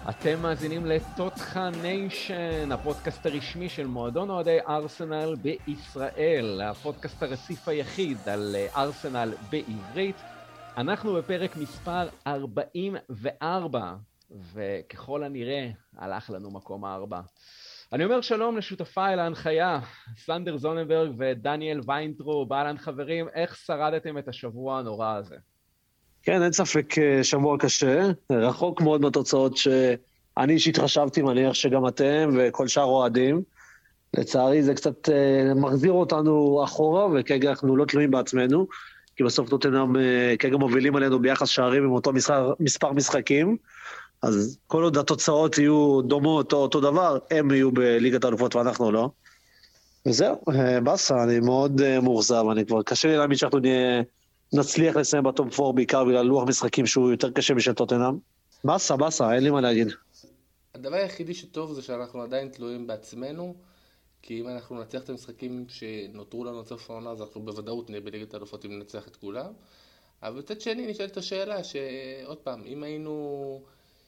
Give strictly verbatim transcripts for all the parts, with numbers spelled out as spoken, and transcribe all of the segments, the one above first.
אתם מאזינים לטוטחה ניישן, הפודקאסט הרשמי של מועדון אוהדי ארסנל בישראל, הפודקאסט הרציף היחיד על ארסנל בעברית. אנחנו בפרק מספר ארבעים וארבע, וככל הנראה הלך לנו מקום הארבע. אני אומר שלום לשותפיי להנחיה, סנדר זוננברג ודניאל ויינטרוב. אהלן חברים, איך שרדתם את השבוע הנורא הזה? כן, אין ספק שבוע קשה, רחוק מאוד מהתוצאות שאני אישית חשבתי, מניח שגם אתם וכל שאר אוהדים. לצערי זה קצת מחזיר אותנו אחורה, וכרגע אנחנו לא תלויים בעצמנו, כי בסוף טוטנהאם כרגע מובילים עלינו ביחס שערים עם אותו מספר, מספר משחקים, אז כל עוד התוצאות יהיו דומות או אותו דבר, הם יהיו בליגת האלופות ואנחנו לא. וזהו, בסה, אני מאוד מורזב, אני כבר קשה לי להאמין שאנחנו נהיה... נצליח לסיים בטופ ארבע בעיקר בגלל לוח משחקים שהוא יותר קשה משל טוטנהאם. בסה, בסה, אין לי מה להגיד. הדבר היחידי שטוב זה שאנחנו עדיין תלויים בעצמנו, כי אם אנחנו נצליח את המשחקים שנותרו לנו סוף העונה, אז אנחנו בוודאות נהיה בליגת האלופות אם נצליח את כולם. אבל בצד שני נשאלת השאלה שעוד פעם, אם היינו...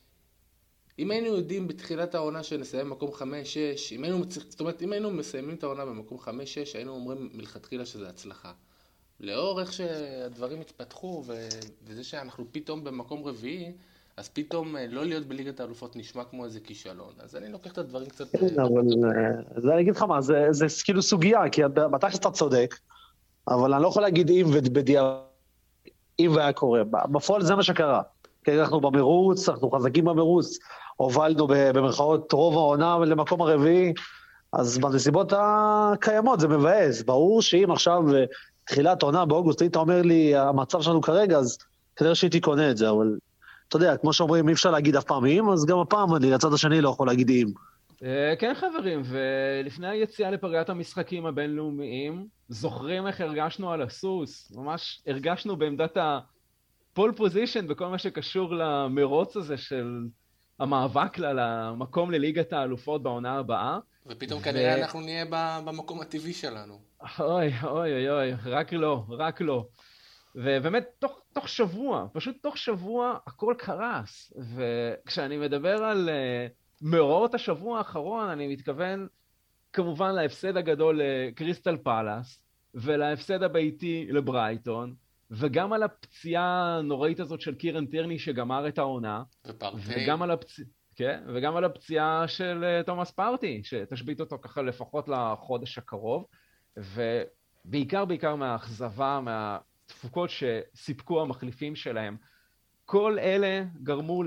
אם היינו יודעים בתחילת העונה שנסיים במקום חמש שש, אם היינו, זאת אומרת, אם היינו מסיימים את העונה במקום חמש שש, היינו אומרים מלכתחילה שזה הצלחה. לאור איך שהדברים התפתחו, ו... וזה שאנחנו פתאום במקום רביעי, אז פתאום לא להיות בליגת האלופות נשמע כמו איזה כישלון. אז אני לוקח את הדברים קצת... כן, אבל זה אני אגיד לך מה, זה, זה כאילו סוגיה, כי בתכלס אתה צודק, אבל אני לא יכול להגיד אם ובדיע... אם והיה קורה. בפועל זה מה שקרה. כי אנחנו במרוץ, אנחנו חזקים במרוץ, הובלנו במרכאות רוב העונה למקום הרביעי, אז בנסיבות הקיימות זה מבאס. ברור שאם עכשיו... תחילת עונה באוגוסט, אתה אומר לי, המצב שלנו כרגע, אז כנראה שהייתי קונה את זה, אבל אתה יודע, כמו שאומרים, אי אפשר להגיד אף פעם אם, אז גם הפעם אני, לצד השני לא יכול להגיד אם. כן חברים, ולפני היציאה לפגרת המשחקים הבינלאומיים, זוכרים איך הרגשנו על הסוס, ממש הרגשנו בעמדת הפול פוזישן, בכל מה שקשור למרוץ הזה של המאבק למקום לליגת האלופות בעונה הבאה. ופתאום כנראה אנחנו נהיה במקום הטבעי שלנו. אוי, אוי, אוי, אוי, רק לא, רק לא. ובאמת, תוך, תוך שבוע, פשוט תוך שבוע, הכל קרס. וכשאני מדבר על uh, מאורעות השבוע האחרון, אני מתכוון כמובן להפסד הגדול לקריסטל פלאס, ולהפסד הביתי לברייטון, וגם על הפציעה הנוראית הזאת של קירן טירני שגמר את העונה. ופרטי. וגם על הפציעה... כן, וגם על הפציעה של תומאס פארטי, שתשבית אותו ככה לפחות לחודש הקרוב, ובעיקר בעיקר מהאכזבה, מהתפוקות שסיפקו המחליפים שלהם. כל אלה גרמו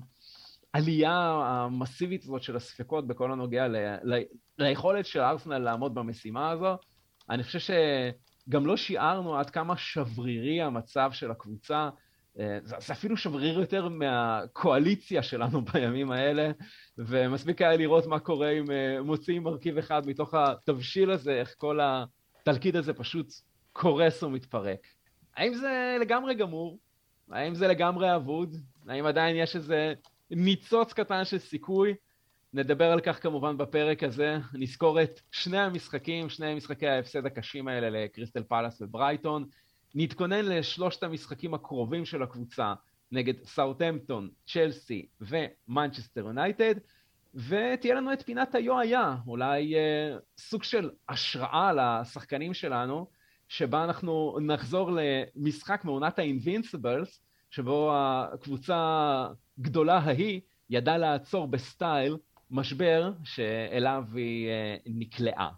לעלייה המסיבית הזאת של הספקות בכל הנוגע ל... ל... ליכולת של ארסנל לעמוד במשימה הזו. אני חושב שגם לא שיערנו עד כמה שברירי המצב של הקבוצה, זה, זה אפילו שבריר יותר מהקואליציה שלנו בימים האלה, ומספיק היה לראות מה קורה אם מוציאים מרכיב אחד מתוך התבשיל הזה, איך כל התלכיד הזה פשוט קורס ומתפרק. האם זה לגמרי גמור? האם זה לגמרי אבוד? האם עדיין יש איזה ניצוץ קטן של סיכוי? נדבר על כך כמובן בפרק הזה, נזכור את שני המשחקים, שני משחקי ההפסד הקשים האלה לקריסטל פלאס וברייטון, נתכונן לשלושת המשחקים הקרובים של הקבוצה נגד סאות'המפטון, צ'לסי ומנצ'סטר יונייטד, ותהיה לנו את פינת היו היה, אולי אה, סוג של השראה לשחקנים שלנו, שבה אנחנו נחזור למשחק מעונת האינבינסיבלס, שבו הקבוצה הגדולה ההיא ידעה לעצור בסטייל משבר שאליו היא אה, נקלעה.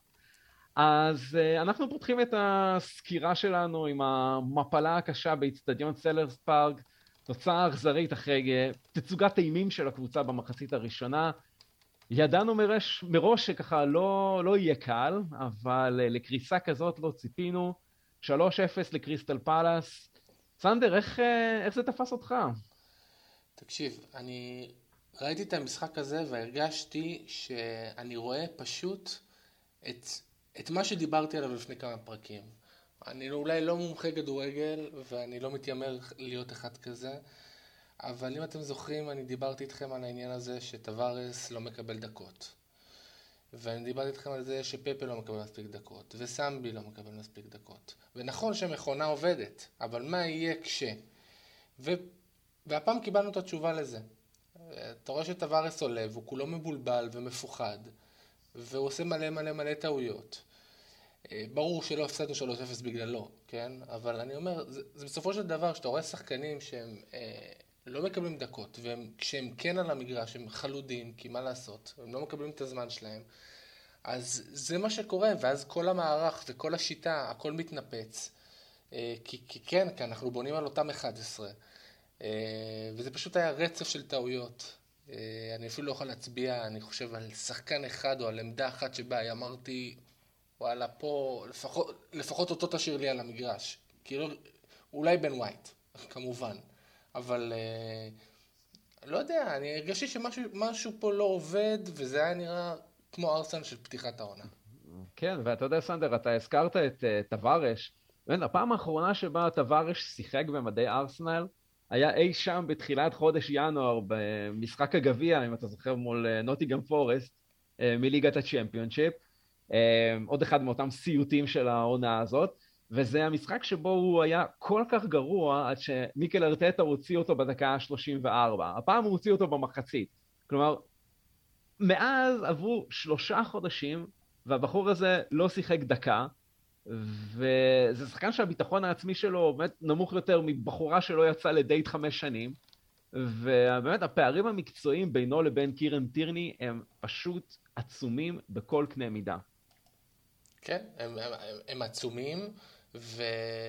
אז uh, אנחנו פותחים את הסקירה שלנו עם המפלה הקשה באצטדיון סלרס פארק, תוצאה אכזרית אחרי uh, תצוגת אימים של הקבוצה במחצית הראשונה. ידענו מראש, מראש שככה לא, לא יהיה קל, אבל uh, לקריסה כזאת לא ציפינו. שלוש אפס לקריסטל פלאס. סנדר, איך, uh, איך זה תפס אותך? תקשיב, אני ראיתי את המשחק הזה והרגשתי שאני רואה פשוט את... את מה שדיברתי עליו לפני כמה פרקים. אני אולי לא מומחה כדורגל, ואני לא מתיימר להיות אחד כזה, אבל אם אתם זוכרים, אני דיברתי איתכם על העניין הזה שטווארס לא מקבל דקות. ואני דיברתי איתכם על זה שפפה לא מקבל מספיק דקות, וסמבי לא מקבל מספיק דקות. ונכון שמכונה עובדת, אבל מה יהיה כש? ו... והפעם קיבלנו את התשובה לזה. אתה רואה שטווארס עולה, והוא כולו מבולבל ומפוחד, והוא עושה מלא מלא מלא טעויות. ברור שלא הפסדנו שלוש אפס בגללו, כן? אבל אני אומר, זה, זה בסופו של דבר, שאתה רואה שחקנים שהם אה, לא מקבלים דקות, וכשהם כן על המגרש, הם חלודים, כי מה לעשות? הם לא מקבלים את הזמן שלהם. אז זה מה שקורה, ואז כל המערך וכל השיטה, הכל מתנפץ. אה, כי, כי כן, כי אנחנו בונים על אותם אחד עשרה. אה, וזה פשוט היה רצף של טעויות. אה, אני אפילו לא יכול להצביע, אני חושב על שחקן אחד או על עמדה אחת שבה אמרתי, וואלה, פה לפחות, לפחות אותו תשאיר לי על המגרש. כאילו, אולי בן ווייט, כמובן. אבל אה, לא יודע, אני הרגשתי שמשהו משהו פה לא עובד, וזה היה נראה כמו ארסנל של פתיחת העונה. כן, ואתה יודע, סנדר, אתה הזכרת את uh, טווארש. הפעם האחרונה שבה טווארש שיחק במדי ארסנל, היה אי שם בתחילת חודש ינואר, במשחק הגביע, אם אתה זוכר, מול uh, נוטיגהאם פורסט, uh, מליגת הצ'מפיונשיפ. Uh, עוד אחד מאותם סיוטים של העונה הזאת, וזה המשחק שבו הוא היה כל כך גרוע, עד שמיקל ארטטה הוציא אותו בדקה ה-שלושים וארבע. הפעם הוא הוציא אותו במחצית. כלומר, מאז עברו שלושה חודשים, והבחור הזה לא שיחק דקה, וזה שחקן שהביטחון העצמי שלו באמת נמוך יותר מבחורה שלא יצא לדייט חמש שנים, ובאמת הפערים המקצועיים בינו לבין קירן טירני הם פשוט עצומים בכל קנה מידה. כן, הם, הם, הם, הם עצומים, ו,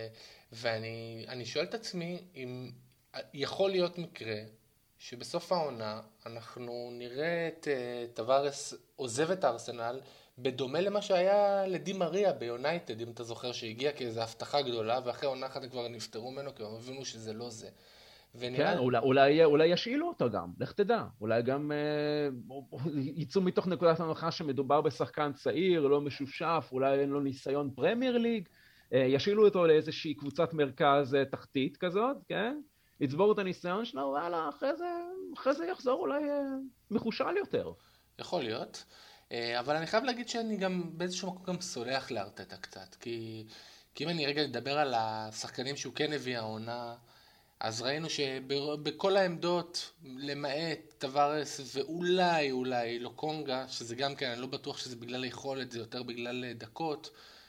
ואני אני שואל את עצמי אם יכול להיות מקרה שבסוף העונה אנחנו נראה את uh, טווארס עוזב את הארסנל, בדומה למה שהיה לדי מריה ביונייטד, אם אתה זוכר שהגיע כאיזו הבטחה גדולה, ואחרי עונה אחת כבר נפטרו ממנו, כי הם הבינו שזה לא זה. ונראה... כן, אולי, אולי, אולי ישאילו אותו גם, לך תדע. אולי גם אה, יצאו מתוך נקודת הנחה שמדובר בשחקן צעיר, לא משושף, אולי אין לו ניסיון פרמייר ליג, אה, ישאילו אותו לאיזושהי קבוצת מרכז אה, תחתית כזאת, כן? יצבור את הניסיון שלו, וואלה, אחרי זה, אחרי זה יחזור אולי אה, מחושל יותר. יכול להיות. אבל אני חייב להגיד שאני גם באיזשהו מקום גם סולח לארטטה קצת, כי, כי אם אני רגע לדבר על השחקנים שהוא כן הביא העונה, אז ראינו שבכל העמדות, למעט טווארס ואולי אולי לוקונגה, שזה גם כן, אני לא בטוח שזה בגלל היכולת, זה יותר בגלל דקות,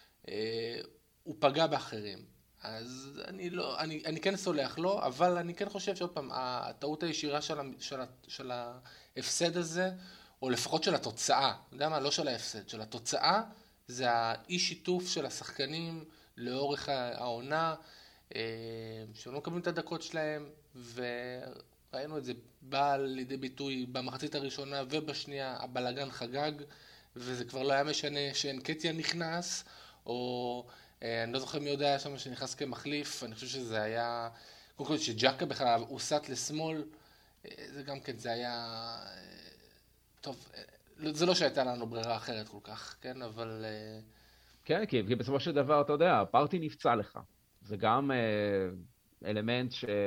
הוא פגע באחרים. אז אני לא, אני, אני כן סולח לו, אבל אני כן חושב שעוד פעם, הטעות הישירה של, של, של ההפסד הזה, או לפחות של התוצאה, אתה יודע מה? לא של ההפסד, של התוצאה, זה האי שיתוף של השחקנים לאורך העונה, שהם לא מקבלים את הדקות שלהם, וראינו את זה בא לידי ביטוי במחצית הראשונה ובשנייה, הבלגן חגג, וזה כבר לא היה משנה שאנקטיה נכנס, או אני לא זוכר מי יודע שם שנכנס כמחליף, אני חושב שזה היה, קודם כל שג'קה בכלל הוסט לשמאל, זה גם כן, זה היה... טוב, זה לא שהייתה לנו ברירה אחרת כל כך, כן, אבל... כן, כי בסופו של דבר, אתה יודע, פארטי נפצע לך. זה גם אלמנט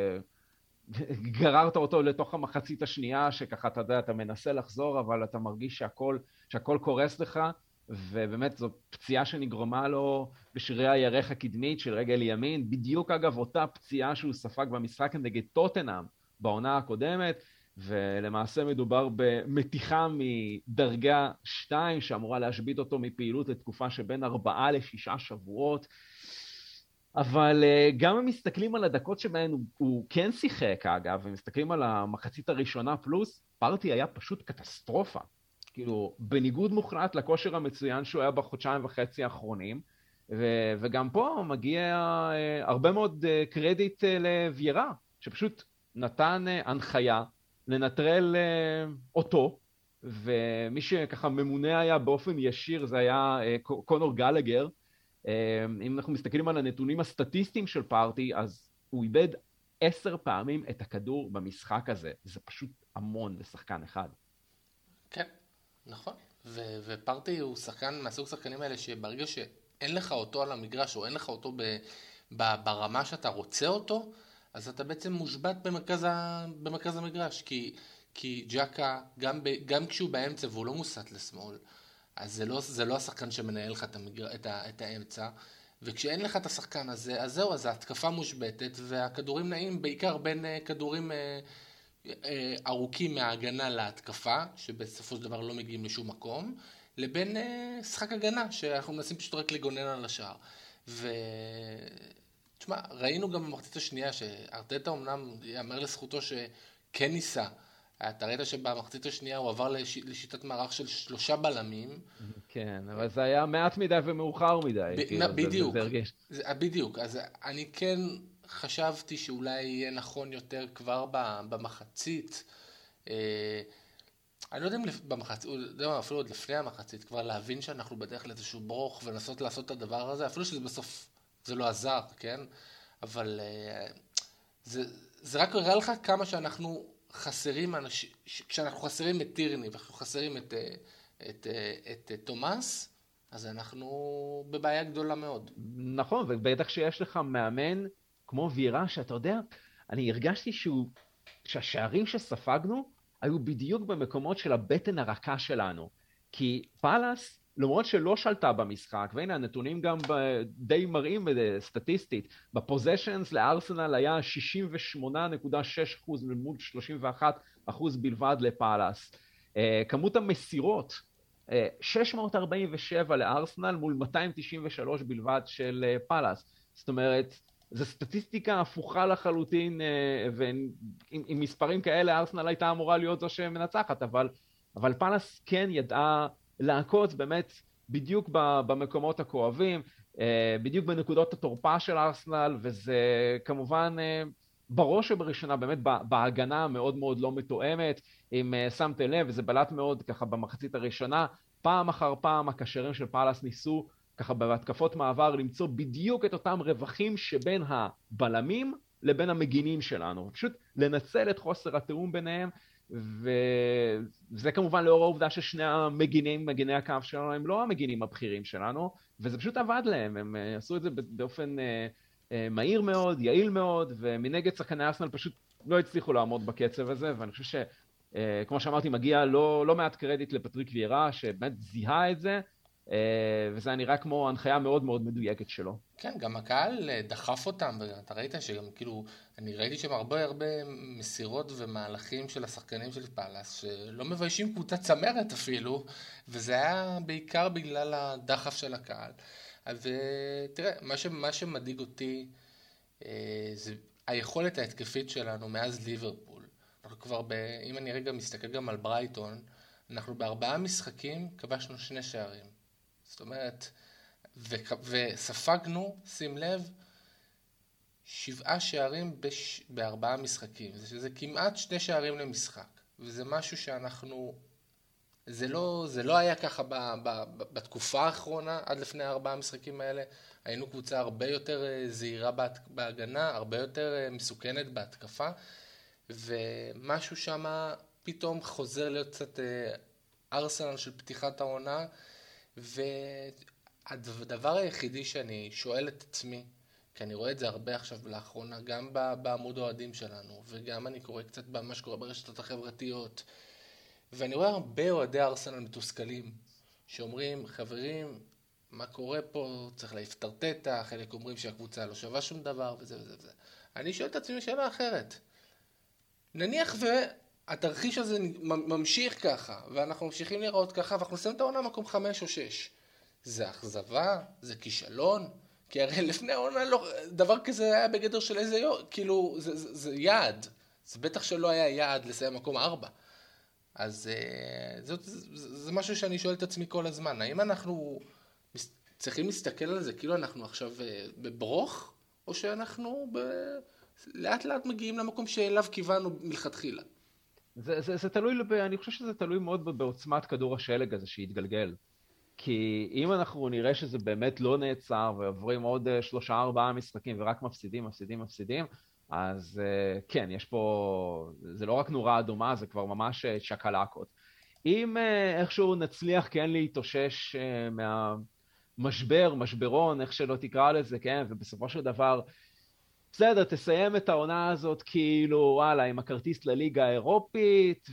שגררת אותו לתוך המחצית השנייה, שככה, אתה יודע, אתה מנסה לחזור, אבל אתה מרגיש שהכל, שהכל קורס לך, ובאמת זו פציעה שנגרמה לו בשרירי הירך הקדמית של רגל ימין, בדיוק אגב אותה פציעה שהוא ספג במשחק נגד טוטנהאם בעונה הקודמת, ולמעשה מדובר במתיחה מדרגה שתיים, שאמורה להשבית אותו מפעילות לתקופה שבין ארבעה לשישה שבועות. אבל גם אם מסתכלים על הדקות שבהן הוא, הוא כן שיחק, אגב, ומסתכלים על המחצית הראשונה פלוס, פארטי היה פשוט קטסטרופה. כאילו, בניגוד מוחלט לכושר המצוין שהוא היה בחודשיים וחצי האחרונים, ו- וגם פה מגיע הרבה מאוד קרדיט לווירה, שפשוט נתן הנחיה, לנטרל אותו, ומי שככה ממונה היה באופן ישיר, זה היה קונור גלגר. אם אנחנו מסתכלים על הנתונים הסטטיסטיים של פארטי, אז הוא איבד עשר פעמים את הכדור במשחק הזה. זה פשוט המון לשחקן אחד. כן, נכון. ו- ופארטי הוא שחקן, מהסוג שחקנים האלה, שברגע שאין לך אותו על המגרש, או אין לך אותו ב- ב- ברמה שאתה רוצה אותו, אז אתה בעצם מושבת במרכז, ה... במרכז המגרש, כי, כי ג'קה, גם, ב... גם כשהוא באמצע והוא לא מוסט לשמאל, אז זה לא, זה לא השחקן שמנהל לך את, המגר... את, ה... את האמצע, וכשאין לך את השחקן הזה, אז זהו, אז ההתקפה מושבתת, והכדורים נעים בעיקר בין כדורים ארוכים מההגנה להתקפה, שבסופו של דבר לא מגיעים לשום מקום, לבין שחק הגנה, שאנחנו מנסים פשוט רק לגונן על השער. ו... תשמע, ראינו גם במחצית השנייה שארטטה אמנם יאמר לזכותו שכן ניסה. אתה ראית שבמחצית השנייה הוא עבר לש... לשיטת מערך של שלושה בלמים. כן, אבל זה היה מעט מדי ומאוחר מדי. ב... כאילו, בדיוק, זה, זה הרגיש. זה, בדיוק. אז אני כן חשבתי שאולי יהיה נכון יותר כבר במחצית. אני לא יודע אם במחצית, אפילו עוד לפני המחצית, כבר להבין שאנחנו בדרך לאיזשהו ברוך ולנסות לעשות את הדבר הזה, אפילו שזה בסוף, זה לא עזר, כן? אבל זה, זה רק יראה לך כמה שאנחנו חסרים אנשים, כשאנחנו חסרים את טירני ואנחנו חסרים את, את, את, את תומאס, אז אנחנו בבעיה גדולה מאוד. נכון, ובטח שיש לך מאמן כמו וירה, שאתה יודע, אני הרגשתי שהוא, שהשערים שספגנו, היו בדיוק במקומות של הבטן הרכה שלנו. כי פאלאס, למרות שלא שלטה במשחק, והנה הנתונים גם די מראים סטטיסטית, בפוזיישנס לארסנל היה שישים ושמונה נקודה שש אחוז מול שלושים ואחד אחוז בלבד לפאלאס. כמות המסירות, שש מאות ארבעים ושבע לארסנל מול מאתיים תשעים ושלוש בלבד של פאלאס. זאת אומרת, זו סטטיסטיקה הפוכה לחלוטין, ועם עם מספרים כאלה ארסנל הייתה אמורה להיות זו שמנצחת, אבל, אבל פאלאס כן ידעה לעקוץ באמת בדיוק במקומות הכואבים, בדיוק בנקודות התורפה של ארסנל, וזה כמובן בראש ובראשונה באמת בהגנה המאוד מאוד לא מתואמת, אם שמתם לב, וזה בלט מאוד ככה במחצית הראשונה, פעם אחר פעם הקשרים של פאלאס ניסו ככה בהתקפות מעבר למצוא בדיוק את אותם רווחים שבין הבלמים לבין המגינים שלנו. פשוט לנצל את חוסר התאום ביניהם, וזה כמובן לאור העובדה ששני המגינים, מגיני הקו שלנו, הם לא המגינים הבכירים שלנו, וזה פשוט עבד להם. הם עשו את זה באופן מהיר מאוד, יעיל מאוד, ומנגד שחקני ארסנל פשוט לא הצליחו לעמוד בקצב הזה, ואני חושב ש, כמו שאמרתי, מגיע לא, לא מעט קרדיט לפטריק וירה, שבאמת זיהה את זה, וזה נראה כמו הנחיה מאוד מאוד מדויקת שלו. כן, גם הקהל דחף אותם, ואתה ראית שגם כאילו, אני ראיתי שם הרבה הרבה מסירות ומהלכים של השחקנים של פאלאס, שלא מביישים קבוצת צמרת אפילו, וזה היה בעיקר בגלל הדחף של הקהל. ותראה, מה, ש, מה שמדאיג אותי, זה היכולת ההתקפית שלנו מאז ליברפול. אנחנו כבר, ב, אם אני רגע מסתכל גם על ברייטון, אנחנו בארבעה משחקים כבשנו שני שערים. זאת אומרת, ו- וספגנו, שים לב, שבעה שערים בש- בארבעה משחקים. זה, שזה כמעט שני שערים למשחק. וזה משהו שאנחנו, זה לא, זה לא היה ככה ב- ב- ב- בתקופה האחרונה, עד לפני הארבעה משחקים האלה. היינו קבוצה הרבה יותר זהירה בהגנה, הרבה יותר מסוכנת בהתקפה. ומשהו שם פתאום חוזר להיות קצת ארסנל של פתיחת העונה, והדבר היחידי שאני שואל את עצמי, כי אני רואה את זה הרבה עכשיו לאחרונה, גם בעמוד אוהדים שלנו, וגם אני קורא קצת במה שקורה ברשתות החברתיות, ואני רואה הרבה אוהדי ארסנל מתוסכלים, שאומרים, חברים, מה קורה פה, צריך להעיף ארטטה, חלק אומרים שהקבוצה לא שווה שום דבר, וזה וזה וזה. אני שואל את עצמי שאלה אחרת. נניח והתרחיש הזה ממשיך ככה, ואנחנו ממשיכים לראות ככה, ואנחנו עושים את העונה מקום חמש או שש. זה אכזבה? זה כישלון? כי הרי לפני העונה לא, דבר כזה היה בגדר של איזה יום, כאילו, זה, זה, זה יעד. זה בטח שלא היה יעד לסיים מקום ארבע. אז זה, זה, זה משהו שאני שואל את עצמי כל הזמן. האם אנחנו צריכים להסתכל על זה כאילו אנחנו עכשיו בברוך, או שאנחנו ב... לאט לאט מגיעים למקום שאליו כיוונו מלכתחילה? זה, זה, זה תלוי, אני חושב שזה תלוי מאוד בעוצמת כדור השלג הזה שהתגלגל. כי אם אנחנו נראה שזה באמת לא נעצר ועוברים עוד שלושה ארבעה משחקים ורק מפסידים, מפסידים, מפסידים, אז כן, יש פה, זה לא רק נורה אדומה, זה כבר ממש שקלקות. אם איכשהו נצליח כן להתאושש מהמשבר, משברון, איך שלא תקרא לזה, כן, ובסופו של דבר, בסדר, תסיים את העונה הזאת כאילו, וואלה, עם הכרטיס לליגה האירופית,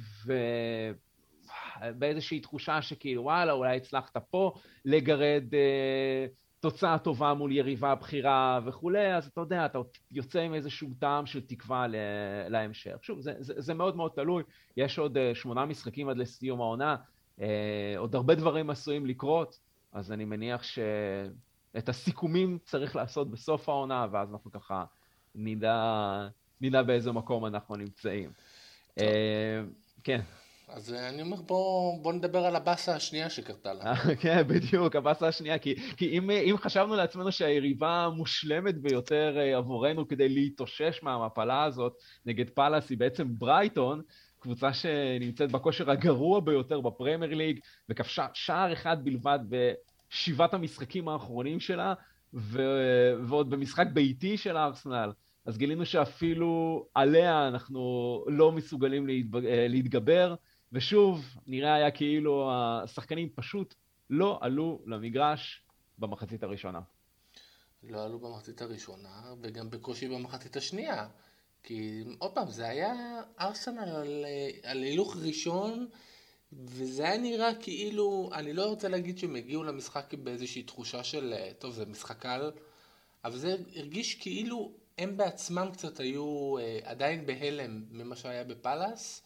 ובאיזושהי תחושה שכאילו, וואלה, אולי הצלחת פה לגרד אה, תוצאה טובה מול יריבה בחירה וכולי, אז אתה יודע, אתה יוצא עם איזשהו טעם של תקווה להמשך. שוב, זה, זה, זה מאוד מאוד תלוי, יש עוד שמונה משחקים עד לסיום העונה, עוד הרבה דברים עשויים לקרות, אז אני מניח שאת הסיכומים צריך לעשות בסוף העונה, ואז אנחנו ככה נדע, נדע באיזה מקום אנחנו נמצאים. טוב. כן. אז אני אומר, בוא, בוא נדבר על הבאסה השנייה שקרתה לה. כן, בדיוק, הבאסה השנייה, כי, כי אם, אם חשבנו לעצמנו שהיריבה המושלמת ביותר עבורנו כדי להתאושש מהמפלה הזאת נגד פלאס היא בעצם ברייטון, קבוצה שנמצאת בכושר הגרוע ביותר בפרמייר ליג, וכבשה שער אחד בלבד בשבעת המשחקים האחרונים שלה, ו, ועוד במשחק ביתי של ארסנל. אז גילינו שאפילו עליה אנחנו לא מסוגלים להתגבר, ושוב, נראה היה כאילו השחקנים פשוט לא עלו למגרש במחצית הראשונה. לא עלו במחצית הראשונה, וגם בקושי במחצית השנייה. כי עוד פעם, זה היה ארסנל על, על הילוך ראשון, וזה היה נראה כאילו, אני לא רוצה להגיד שהם הגיעו למשחק באיזושהי תחושה של, טוב, זה משחק קל, אבל זה הרגיש כאילו הם בעצמם קצת היו עדיין בהלם ממה שהיה בפלאס,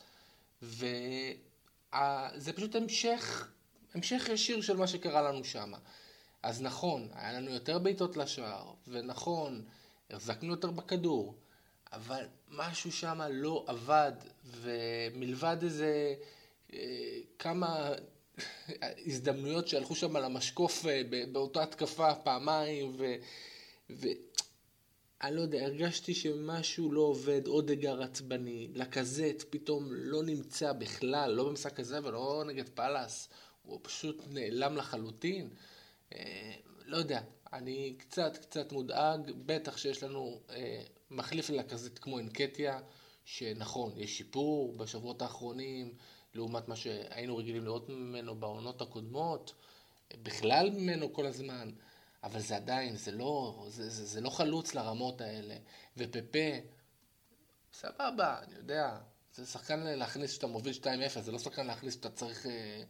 וזה פשוט המשך, המשך ישיר של מה שקרה לנו שם. אז נכון, היה לנו יותר בעיטות לשער, ונכון, החזקנו יותר בכדור, אבל משהו שם לא עבד, ומלבד איזה אה, כמה הזדמנויות שהלכו שם על המשקוף באותה התקפה פעמיים, ו... ו... אני לא יודע, הרגשתי שמשהו לא עובד, אודגר עצבני, לקזט פתאום לא נמצא בכלל, לא במשחק הזה ולא נגד פלאס, הוא פשוט נעלם לחלוטין. אה, לא יודע, אני קצת קצת מודאג, בטח שיש לנו אה, מחליף לקזט כמו אנקטיה, שנכון, יש שיפור בשבועות האחרונים, לעומת מה שהיינו רגילים לראות ממנו בעונות הקודמות, בכלל ממנו כל הזמן, אבל זה עדיין, זה לא, זה, זה, זה לא חלוץ לרמות האלה. ופפה, סבבה, אני יודע, זה שחקן להכניס שאתה מוביל שתיים אפס, זה לא שחקן להכניס שאתה צריך,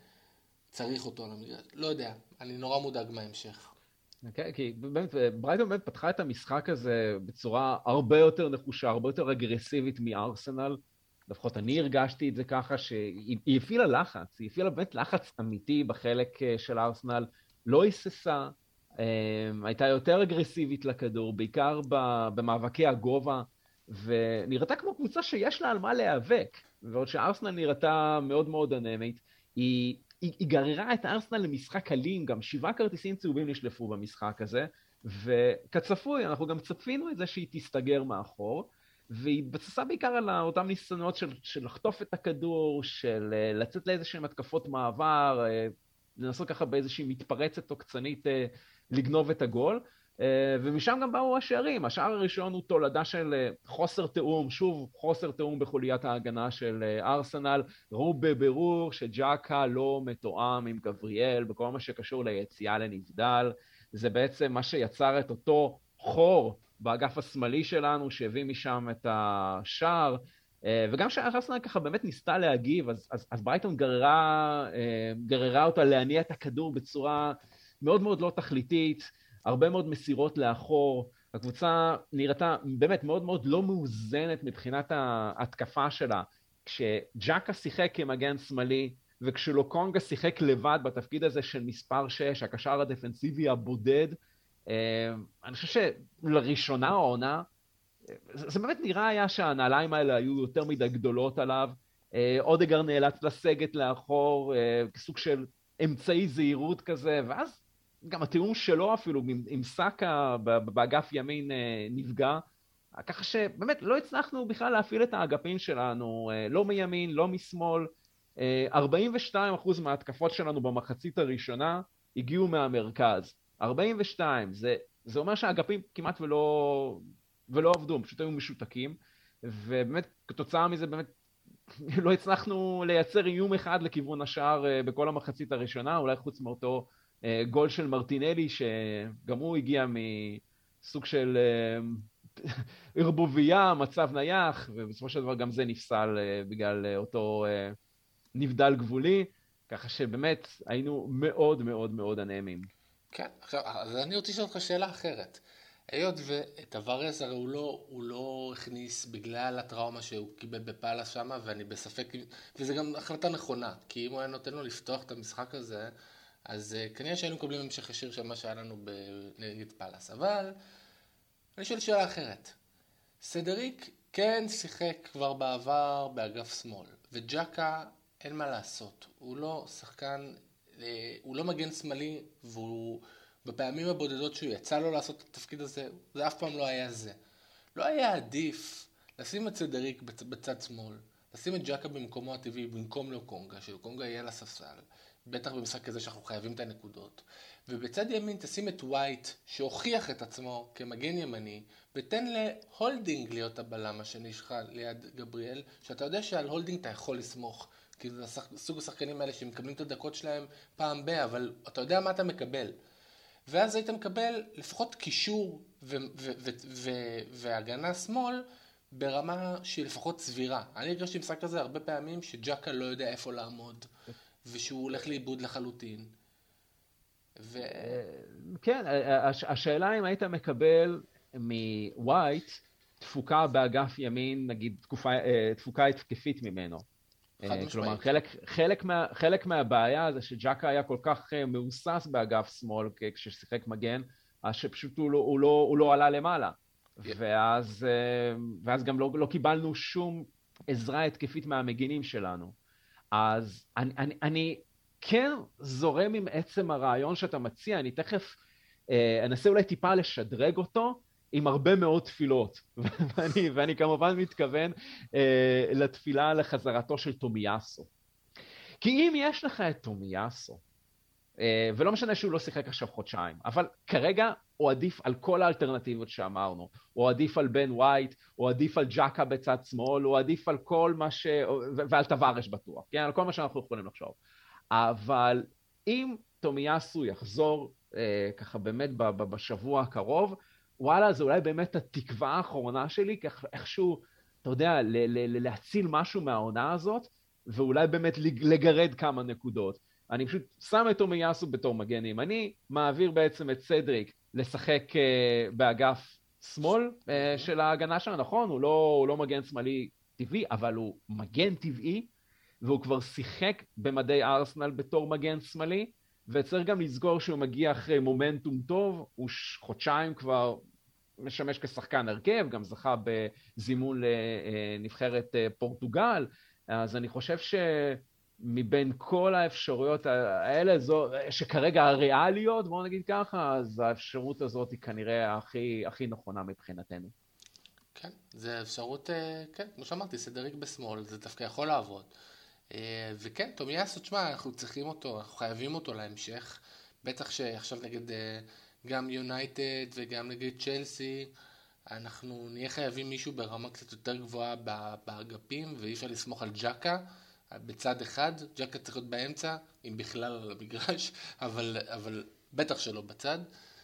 צריך אותו על המגרש. לא יודע, אני נורא מודאג מההמשך. Okay, כי באמת, ברייטון באמת פתחה את המשחק הזה בצורה הרבה יותר נחושה, הרבה יותר אגרסיבית מארסנל. לפחות אני הרגשתי את זה ככה שהיא הפעילה לחץ, היא הפעילה באמת לחץ אמיתי בחלק של ארסנל, לא היססה, הייתה יותר אגרסיבית לכדור, בעיקר במאבקי הגובה, ונראתה כמו קבוצה שיש לה על מה להיאבק, ועוד שארסנל נראתה מאוד מאוד אנמית, היא, היא, היא גררה את ארסנל למשחק אלים, גם שבעה כרטיסים צהובים נשלפו במשחק הזה, וכצפוי, אנחנו גם צפינו את זה שהיא תסתגר מאחור, והיא התבססה בעיקר על אותם ניסיונות של, של לחטוף את הכדור, של לצאת לאיזושהי התקפות מעבר, לנסות ככה באיזושהי מתפרצת תוקצנית לגנוב את הגול, ומשם גם באו השערים. השער הראשון הוא תולדה של חוסר תאום, שוב חוסר תאום בחוליית ההגנה של ארסנל, ראו בבירור שג'קה לא מתואם עם גבריאל בכל מה שקשור ליציאה לנבדל, זה בעצם מה שיצר את אותו חור באגף השמאלי שלנו שהביא משם את השער, וגם שארסנל ככה באמת ניסתה להגיב, אז, אז, אז ברייטון גררה, גררה אותה להניע את הכדור בצורה מאוד מאוד לא תכליתית, הרבה מאוד מסירות לאחור, הקבוצה נראתה באמת מאוד מאוד לא מאוזנת מבחינת ההתקפה שלה, כשג'קה שיחק כמגן שמאלי, וכשלוקונגה שיחק לבד בתפקיד הזה של מספר שש, הקשר הדפנסיבי הבודד, אני חושב שלראשונה העונה, זה באמת נראה היה שהנעליים האלה היו יותר מדי גדולות עליו, אודגר נאלץ לסגת לאחור, כסוג של אמצעי זהירות כזה, ואז גם התיאום שלו אפילו עם סאקה באגף ימין נפגע, ככה שבאמת לא הצלחנו בכלל להפעיל את האגפים שלנו, לא מימין, לא משמאל, ארבעים ושתיים אחוז מההתקפות שלנו במחצית הראשונה הגיעו מהמרכז, ארבעים ושתיים, זה, זה אומר שהאגפים כמעט ולא, ולא עבדו, פשוט היו משותקים, ובאמת כתוצאה מזה באמת לא הצלחנו לייצר איום אחד לכיוון השער בכל המחצית הראשונה, אולי חוץ מאותו גול של מרטינלי, שגם הוא הגיע מסוג של ערבוביה, מצב נייח, ובסופו של דבר גם זה נפסל בגלל אותו נבדל גבולי, ככה שבאמת היינו מאוד מאוד מאוד אנמים. כן, עכשיו, אז אני רוצה לשאול אותך שאלה אחרת. היות וטווארס הרי הוא לא, הוא לא הכניס בגלל הטראומה שהוא קיבל בפאלאס שמה, ואני בספק, וזה גם החלטה נכונה, כי אם הוא היה נותן לו לפתוח את המשחק הזה, אז uh, כנראה שהיינו מקבלים המשך ישיר של מה שהיה לנו נגד פאלאס. אבל אני שואל שאלה אחרת. סדריק כן שיחק כבר בעבר באגף שמאל, וג'קה אין מה לעשות, הוא לא שחקן, הוא לא מגן שמאלי, והוא בפעמים הבודדות שהוא יצא לו לעשות את התפקיד הזה, זה אף פעם לא היה זה. לא היה עדיף לשים את סדריק בצד שמאל, לשים את ג'קה במקומו הטבעי, במקום לוקונגה, שלוקונגה יהיה לספסל, בטח במשחק כזה שאנחנו חייבים את הנקודות. ובצד ימין תשים את ווייט, שהוכיח את עצמו כמגן ימני, ותן להולדינג להיות הבלם השני שלך ליד גבריאל, שאתה יודע שעל הולדינג אתה יכול לסמוך, כי זה סוג השחקנים האלה שמקבלים את הדקות שלהם פעם בה, אבל אתה יודע מה אתה מקבל. ואז היית מקבל לפחות קישור ו- ו- ו- ו- והגנה שמאל ברמה שהיא לפחות סבירה. אני הרגשתי משחק כזה הרבה פעמים שג'קה לא יודע איפה לעמוד, ושהוא הולך לאיבוד לחלוטין. ו... כן, השאלה אם היית מקבל מווייט תפוקה באגף ימין, נגיד תקופה, תפוקה התקפית ממנו. כלומר, חלק, חלק, מה, חלק מהבעיה זה שג'קה היה כל כך מאוסס באגף שמאל כששיחק מגן, שפשוט הוא לא, הוא לא, הוא לא עלה למעלה. Yeah. ואז, ואז גם לא, לא קיבלנו שום עזרה התקפית מהמגינים שלנו. אז אני, אני, אני כן זורם עם עצם הרעיון שאתה מציע, אני תכף אה, אנסה אולי טיפה לשדרג אותו עם הרבה מאוד תפילות, ואני, ואני כמובן מתכוון אה, לתפילה לחזרתו של תומיאסו. כי אם יש לך את תומיאסו, אה, ולא משנה שהוא לא שיחק עכשיו חודשיים, אבל כרגע הוא עדיף על כל האלטרנטיבות שאמרנו, הוא עדיף על בן ווייט, הוא עדיף על ג'קה בצד שמאל, הוא עדיף על כל מה ש... ועל טווארש בטוח, כן? על כל מה שאנחנו יכולים לחשוב. אבל אם תומיאסו יחזור אה, ככה באמת ב- ב- בשבוע הקרוב, וואלה, זה אולי באמת התקווה האחרונה שלי, כך איכשהו, אתה יודע, ל- ל- להציל משהו מהעונה הזאת, ואולי באמת לגרד כמה נקודות. אני פשוט שם את תומיאסו בתור מגן ימני, מעביר בעצם את סדריק לשחק uh, באגף שמאל uh, של ההגנה שלנו, נכון? הוא לא, הוא לא מגן שמאלי טבעי, אבל הוא מגן טבעי, והוא כבר שיחק במדי ארסנל בתור מגן שמאלי, וצריך גם לזכור שהוא מגיע אחרי מומנטום טוב, הוא חודשיים כבר משמש כשחקן הרכב, גם זכה בזימון לנבחרת פורטוגל, אז אני חושב ש... מבין כל האפשרויות האלה, זו, שכרגע הריאליות, בואו נגיד ככה, אז האפשרות הזאת היא כנראה הכי, הכי נכונה מבחינתנו. כן, זה אפשרות, כן, כמו שאמרתי, סדריק בשמאל, זה דווקא יכול לעבוד. וכן, תומיאסו, תשמע, אנחנו צריכים אותו, אנחנו חייבים אותו להמשך, בטח שעכשיו נגד גם יונייטד וגם נגד צ'לסי, אנחנו נהיה חייבים מישהו ברמה קצת יותר גבוהה באגפים, ואי אפשר לסמוך על ג'קה, בצד אחד, ג'קה צריך להיות באמצע, אם בכלל על המגרש, אבל, אבל בטח שלא בצד.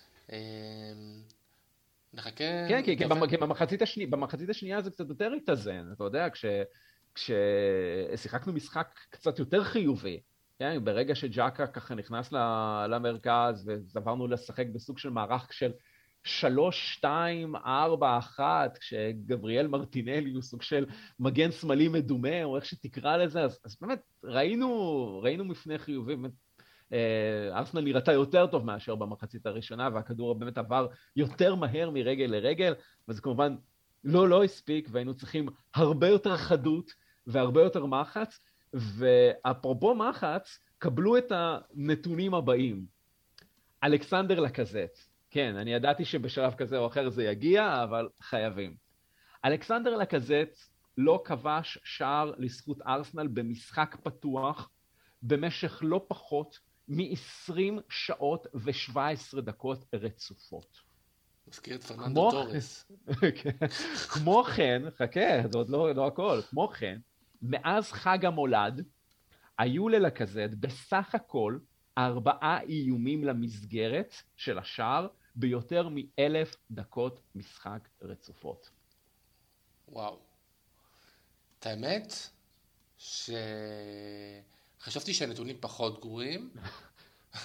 נחכה... כן, כי, כי במחצית השנייה, במחצית השנייה זה קצת יותר התאזן, אתה יודע, כש, כששיחקנו משחק קצת יותר חיובי, כן, ברגע שג'קה ככה נכנס למרכז, ועברנו לשחק בסוג של מערך של שלוש, שתיים, ארבע, אחת, כשגבריאל מרטינלי הוא סוג של מגן שמאלי מדומה, או איך שתקרא לזה, אז, אז באמת ראינו, ראינו מפנה חיובי, באמת, ארסנל נראתה יותר טוב מאשר במחצית הראשונה, והכדור באמת עבר יותר מהר מרגל לרגל, וזה כמובן לא לא הספיק, והיינו צריכים הרבה יותר חדות, והרבה יותר מחץ, ואפרופו מחץ, קבלו את הנתונים הבאים. אלכסנדר לקזט, כן, אני ידעתי שבשלב כזה או אחר זה יגיע, אבל חייבים. אלכסנדר לקזט לא כבש שער לזכות ארסנל במשחק פתוח, במשך לא פחות מ-עשרים שעות ו-שבע עשרה דקות רצופות. מזכיר את פרננדו טורס. כמו כן, חכה, זה עוד לא, לא הכל, כמו כן, מאז חג המולד, היו ללקזט בסך הכל ארבעה איומים למסגרת של השער, ביותר מאלף דקות משחק רצופות. וואו. את האמת, שחשבתי שהנתונים פחות גרועים,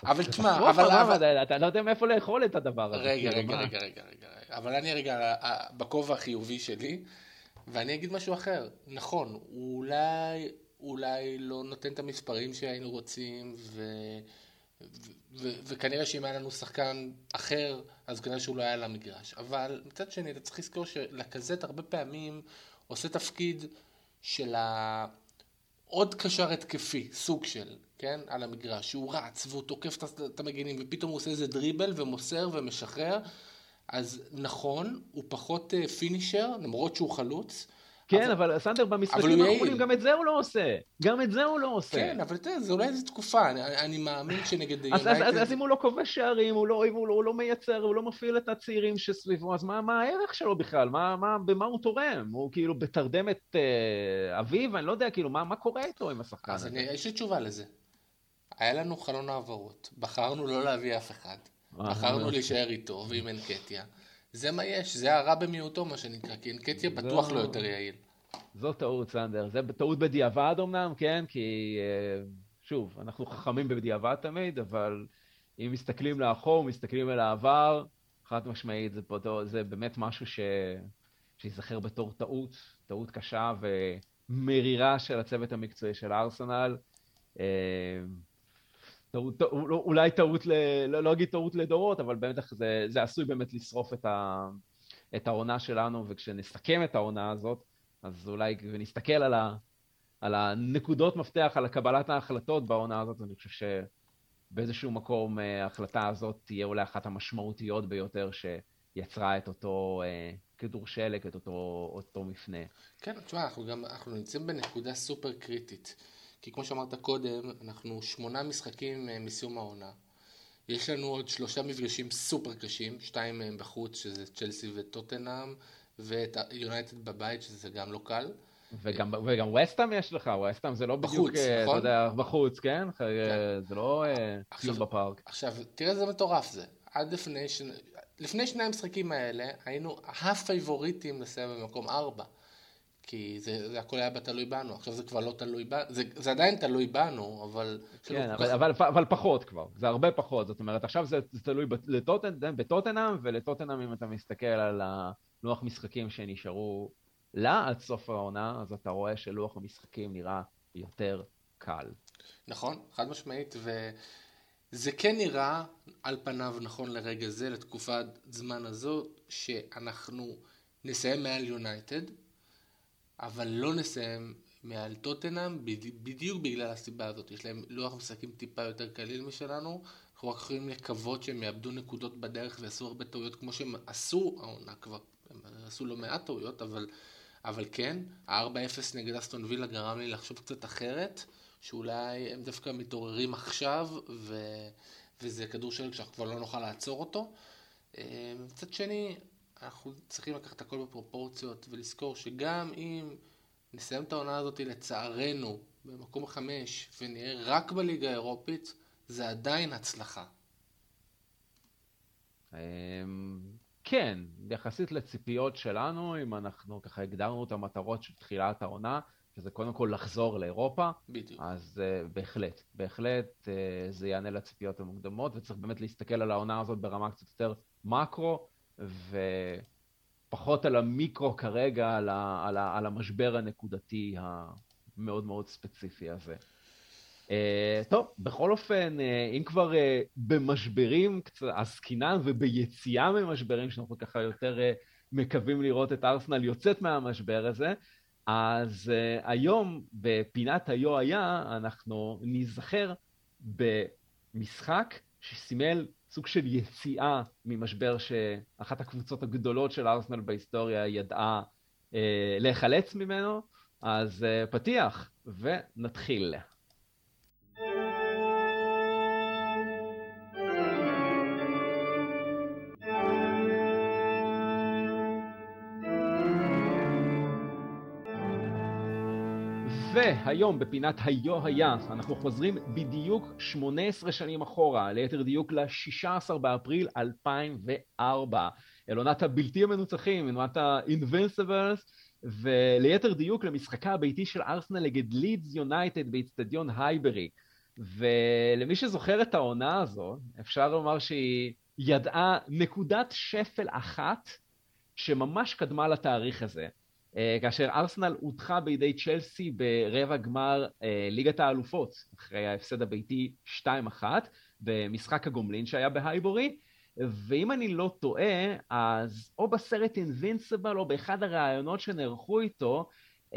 אבל תשמע, אבל... אתה לא יודע מאיפה לאכול את הדבר הזה. רגע, רגע, רגע, רגע, רגע. אבל אני רגע בכובע החיובי שלי, ואני אגיד משהו אחר. נכון, אולי, אולי לא נותן את המספרים שהיינו רוצים, ו... ו- ו- וכנראה שאם היה לנו שחקן אחר, אז כנראה שהוא לא היה למגרש. אבל מצד שני, אתה צריך לזכור שלקזט הרבה פעמים עושה תפקיד של ה... עוד קשר התקפי, סוג של, כן, על המגרש, שהוא רץ והוא תוקף את המגינים, ופתאום הוא עושה איזה דריבל ומוסר ומשחרר. אז נכון, הוא פחות פינישר, למרות שהוא חלוץ. כן, אבל, אבל סנדר במשחקים האחרונים גם את זה הוא לא עושה. גם את זה הוא לא עושה. כן, אבל תראה, זה אולי איזו תקופה. אני, אני מאמין שנגד יונייטד... אז, אז, אז אם הוא לא כובש שערים, הוא לא, הוא, לא, הוא לא מייצר, הוא לא מפעיל את הצעירים שסביבו, אז מה, מה הערך שלו בכלל? מה, מה, במה הוא תורם? הוא כאילו בתרדם את אה, אביו, אני לא יודע, כאילו, מה, מה קורה איתו עם השחקן אז הזה? אני, יש לי תשובה לזה. היה לנו חלון העברות. בחרנו לא להביא אף אחד. בחרנו להישאר איתו ועם אנקטיה. זה מה יש, זה הרע במיעוטו, מה שנקרא, כי אנקטיה בטוח לא יותר יעיל. זו טעות, סנדר. זה טעות בדיעבד אמנם, כן? כי, שוב, אנחנו חכמים בדיעבד תמיד, אבל אם מסתכלים לאחור, מסתכלים אל העבר, חד משמעית, זה, פה, זה באמת משהו ש... שיזכר בתור טעות, טעות קשה ומרירה של הצוות המקצועי של ארסנל. טעות, אולי טעות, ל... לא, לא אגיד טעות לדורות, אבל באמת זה, זה עשוי באמת לשרוף את, ה... את העונה שלנו, וכשנסכם את העונה הזאת, אז אולי, ונסתכל על, ה, על הנקודות מפתח, על קבלת ההחלטות בעונה הזאת, אני חושב שבאיזשהו מקום ההחלטה הזאת תהיה אולי אחת המשמעותיות ביותר שיצרה את אותו אה, כדור שלג, את אותו, אותו מפנה. כן, תשמע, אנחנו גם, אנחנו נמצאים בנקודה סופר קריטית, כי כמו שאמרת קודם, אנחנו שמונה משחקים מסיום העונה. יש לנו עוד שלושה מפגשים סופר קשים, שתיים מהם בחוץ, שזה צ'לסי וטוטנהאם, ואת יונייטד בבית, שזה גם לא קל. וגם, וגם ווסטהאם יש לך, ווסטהאם זה לא בדיוק, בחוץ, נכון? אתה יודע, בחוץ, כן? כן. זה לא טיול בפארק. עכשיו, תראה איזה מטורף זה. עד לפני, ש... לפני שני המשחקים האלה, היינו הפייבוריטים לסיים במקום ארבע. כי זה, זה הכל היה בתלוי בנו. עכשיו זה כבר לא תלוי בנו, זה, זה עדיין תלוי בנו, אבל... כן, אבל, אבל, אבל פחות כבר, זה הרבה פחות. זאת אומרת, עכשיו זה, זה תלוי בטוטנאם, בטוטנאם, ולטוטנאם אם אתה מסתכל על הלוח משחקים שנשארו לה עד סוף העונה, אז אתה רואה שלוח המשחקים נראה יותר קל. נכון, חד משמעית, וזה כן נראה על פניו נכון לרגע זה, לתקופת זמן הזו, שאנחנו נסיים מעל יונייטד, אבל לא נסיים מעל טוטנאם, בדיוק בגלל הסיבה הזאת. יש להם לוח משחקים טיפה יותר קליל משלנו, אנחנו רק יכולים לקוות שהם יאבדו נקודות בדרך ועשו הרבה טעויות כמו שהם עשו העונה כבר, הם עשו לא מעט טעויות, אבל, אבל כן, ה-ארבע אפס נגד אסטון וילה גרם לי לחשוב קצת אחרת, שאולי הם דווקא מתעוררים עכשיו, ו... וזה כדור שלג שאנחנו כבר לא נוכל לעצור אותו. מצד שני, אנחנו צריכים לקחת הכל בפרופורציות ולזכור שגם אם נסיים את העונה הזאת לצערנו במקום חמש ונהיה רק בליגה האירופית, זה עדיין הצלחה. כן, יחסית לציפיות שלנו, אם אנחנו ככה הגדרנו את המטרות של תחילת העונה, שזה קודם כל לחזור לאירופה, בדיוק. אז uh, בהחלט, בהחלט uh, זה יענה לציפיות המוקדמות, וצריך באמת להסתכל על העונה הזאת ברמה קצת יותר מקרו, ופחות על המיקרו כרגע, על, ה, על, ה, על המשבר הנקודתי המאוד מאוד ספציפי הזה. Uh, טוב, בכל אופן, uh, אם כבר uh, במשברים קצת עסקינן וביציאה ממשברים, שאנחנו ככה יותר uh, מקווים לראות את ארסנל יוצאת מהמשבר הזה, אז uh, היום בפינת היו היה אנחנו נזכר במשחק שסימל סוג של יציאה ממשבר שאחת הקבוצות הגדולות של ארסנל בהיסטוריה ידעה uh, להיחלץ ממנו. אז uh, פתיח ונתחיל. והיום בפינת היו היה אנחנו חוזרים בדיוק שמונה עשרה שנים אחורה, ליתר דיוק ל-שישה עשר באפריל אלפיים וארבע, אל עונת הבלתי המנוצחים, עונת ה-Invincibles, וליתר דיוק למשחקה הביתי של ארסנל נגד לידס יונייטד באצטדיון הייברי. ולמי שזוכר את העונה הזו, אפשר לומר שהיא ידעה נקודת שפל אחת שממש קדמה לתאריך הזה. כאשר ארסנל הודחה בידי צ'לסי ברבע גמר ליגת האלופות, אחרי ההפסד הביתי שתיים אחת, במשחק הגומלין שהיה בהייבורי, ואם אני לא טועה, אז או בסרט Invincible או באחד הראיונות שנערכו איתו,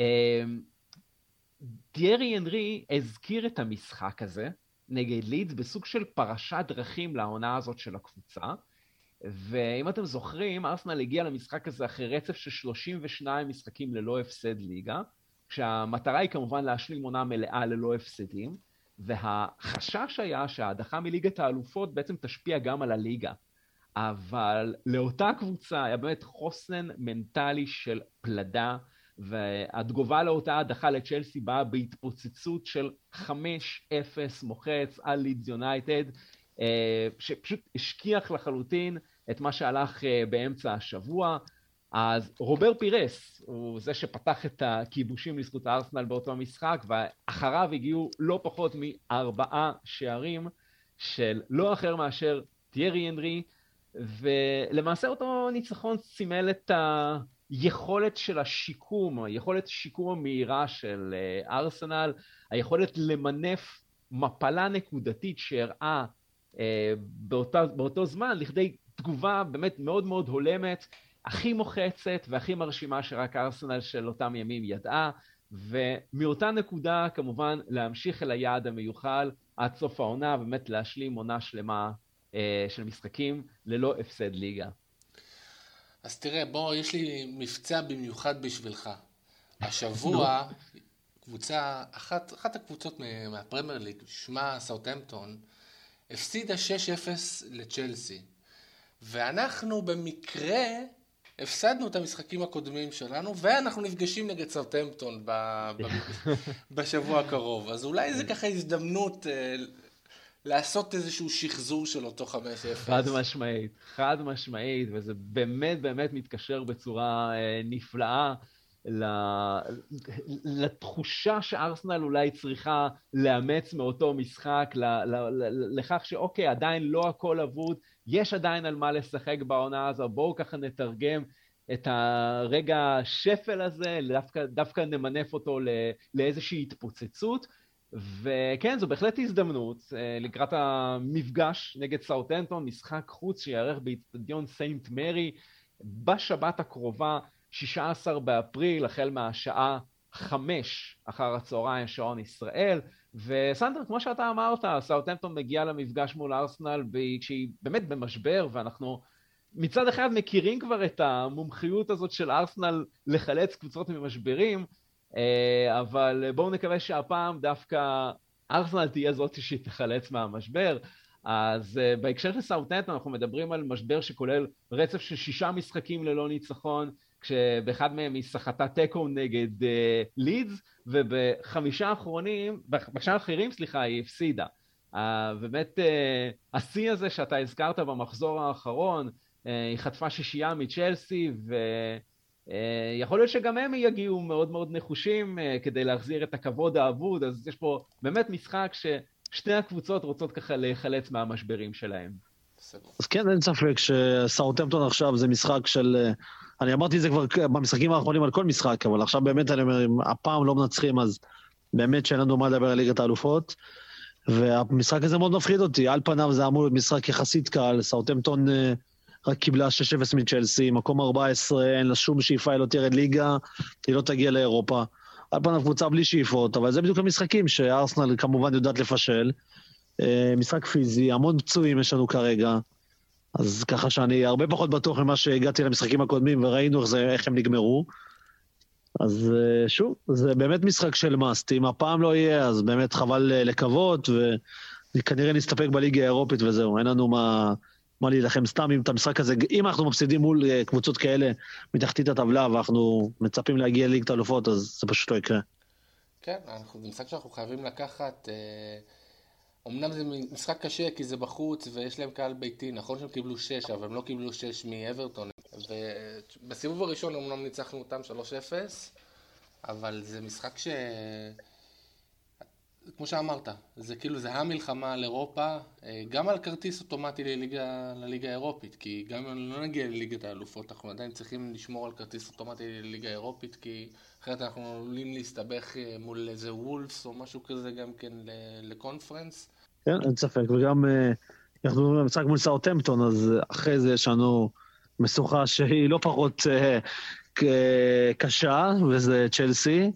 תיארי הנרי הזכיר את המשחק הזה נגד לידס בסוג של פרשת דרכים לעונה הזאת של הקבוצה, ואם אתם זוכרים, ארסנל הגיע למשחק הזה אחרי רצף של שלושים ושניים משחקים ללא הפסד ליגה, כשהמטרה היא כמובן להשלים עונה מלאה ללא הפסדים, והחשש היה שההדחה מליגת האלופות בעצם תשפיע גם על הליגה. אבל לאותה קבוצה היה באמת חוסן מנטלי של פלדה, והתגובה לאותה הדחה לצ'לסי באה בהתפוצצות של חמש אפס מוחץ על לידס יונייטד, שפשוט השכיח לחלוטין את מה שהלך באמצע השבוע. אז רובר פירס הוא זה שפתח את הכיבושים לזכות הארסנל באותו משחק, ואחריו הגיעו לא פחות מארבעה שערים של לא אחר מאשר תיארי הנרי, ולמעשה אותו ניצחון סימל את היכולת של השיקום, היכולת שיקום המהירה של ארסנל, היכולת למנף מפלה נקודתית שהראה באותה, באותו זמן לכדי תגובה באמת מאוד מאוד הולמת, הכי מוחצת והכי מרשימה שרק ארסנל של אותם ימים ידעה, ומאותה נקודה כמובן להמשיך אל היעד המיוחל עד סוף העונה, באמת להשלים עונה שלמה אה, של משחקים ללא הפסד ליגה. אז תראה, בוא, יש לי מבצע במיוחד בשבילך. השבוע, קבוצה, אחת, אחת הקבוצות מהפרמייר ליג, שמה סאות'המפטון, הפסידה שש אפס לצ'לסי. ואנחנו במקרה הפסדנו את המשחקים הקודמים שלנו, ואנחנו נפגשים נגד סאות'המפטון ב- ב- בשבוע הקרוב. אז אולי זה ככה הזדמנות אה, לעשות איזשהו שחזור של אותו חמש אפס. חד משמעית, חד משמעית, וזה באמת באמת מתקשר בצורה אה, נפלאה לתחושה שארסנל אולי צריכה לאמץ מאותו משחק, לכך שאוקיי, עדיין לא הכל אבוד, יש עדיין על מה לשחק בעונה הזו, בואו ככה נתרגם את הרגע השפל הזה, דווקא, דווקא נמנף אותו לאיזושהי התפוצצות, וכן, זו בהחלט הזדמנות לקראת המפגש נגד סאות'המפטון, משחק חוץ שיערך באצטדיון סנט מרי בשבת הקרובה, שישה עשר באפריל, החל מהשעה חמש אחר הצהריים שעון ישראל, וסנדר, כמו שאתה אמרת, סאות'המפטון מגיע למפגש מול ארסנל כשהיא באמת במשבר, ואנחנו מצד אחד מכירים כבר את המומחיות הזאת של ארסנל לחלץ קבוצות ממשברים, אבל בואו נקווה שהפעם דווקא ארסנל תהיה זאת שהיא תחלץ מהמשבר. אז בהקשר של סאות'המפטון אנחנו מדברים על משבר שכולל רצף של שישה משחקים ללא ניצחון, כשבאחד מהם היא שחטה טקו נגד לידס, ובחמישה האחרונים, בחמישה האחרים, סליחה, היא הפסידה. באמת, השיא הזה שאתה הזכרת במחזור האחרון, היא חטפה שישייה מצ'לסי, ויכול להיות שגם הם יגיעו מאוד מאוד נחושים כדי להחזיר את הכבוד האבוד, אז יש פה באמת משחק ששתי הקבוצות רוצות ככה להיחלץ מהמשברים שלהם. אז כן, אין ספק שסאות'המפטון עכשיו זה משחק של... אני אמרתי את זה כבר במשחקים האחרונים על כל משחק, אבל עכשיו באמת אני אומר, אם הפעם לא מנצחים, אז באמת שאין לנו מה לדבר על ליגת האלופות, והמשחק הזה מאוד מפחיד אותי, על פניו זה אמור להיות משחק יחסית קל, סאות'המפטון רק קיבלה שש אפס מצ'לסי, מקום ארבע עשרה, אין לה שום שאיפה, היא לא תרד ליגה, היא לא תגיע לאירופה, על פניו קבוצה בלי שאיפות, אבל זה בדיוק המשחקים שארסנל כמובן יודעת לפשל, משחק פיזי, המון פצועים יש לנו כרגע, אז ככה שאני הרבה פחות בטוח ממה שהגעתי למשחקים הקודמים, וראינו איך, זה, איך הם נגמרו. אז שוב, זה באמת משחק של מאסט. אם הפעם לא יהיה, אז באמת חבל לקוות, וכנראה נסתפק בליגה האירופית וזהו. אין לנו מה, מה להילחם סתם אם את המשחק הזה, אם אנחנו מפסידים מול קבוצות כאלה מתחתית הטבלה, ואנחנו מצפים להגיע לליגת האלופות, אז זה פשוט לא יקרה. כן, אנחנו, זה משחק שאנחנו חייבים לקחת... אמנם זה משחק קשה כי זה בחוץ ויש להם קהל ביתי, נכון שהם קיבלו שש, אבל הם לא קיבלו שש מאברטון. ובסיבוב הראשון אמנם ניצחנו אותם שלוש אפס, אבל זה משחק ש... כמו שאמרת, זה כאילו, זה המלחמה על אירופה, גם על כרטיס אוטומטי לליגה, לליגה האירופית, כי גם אם לא נגיע לליגת האלופות, אנחנו עדיין צריכים לשמור על כרטיס אוטומטי לליגה האירופית, כי אחרת אנחנו עלולים להסתבך מול איזה וולפס או משהו כזה גם כן לקונפרנס. כן, אין ספק, וגם אנחנו במשחק מול סאות'המפטון, אז אחרי זה יש לנו משוכה שהיא לא פחות קשה, וזה צ'לסי.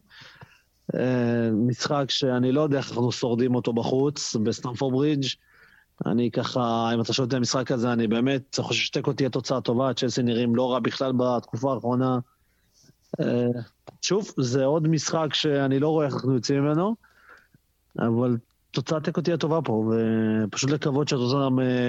משחק שאני לא יודע איך אנחנו שורדים אותו בחוץ, בסטמפורד ברידג'. אני ככה, אם אתה שואל את המשחק הזה, אני באמת חושב שתיקו תהיה תוצאה טובה, צ'לסי נראים לא רע בכלל בתקופה האחרונה. שוב, זה עוד משחק שאני לא רואה איך אנחנו יוצאים ממנו, אבל תוצאה תיקו תהיה טובה פה, ופשוט לקוות שהתוצאה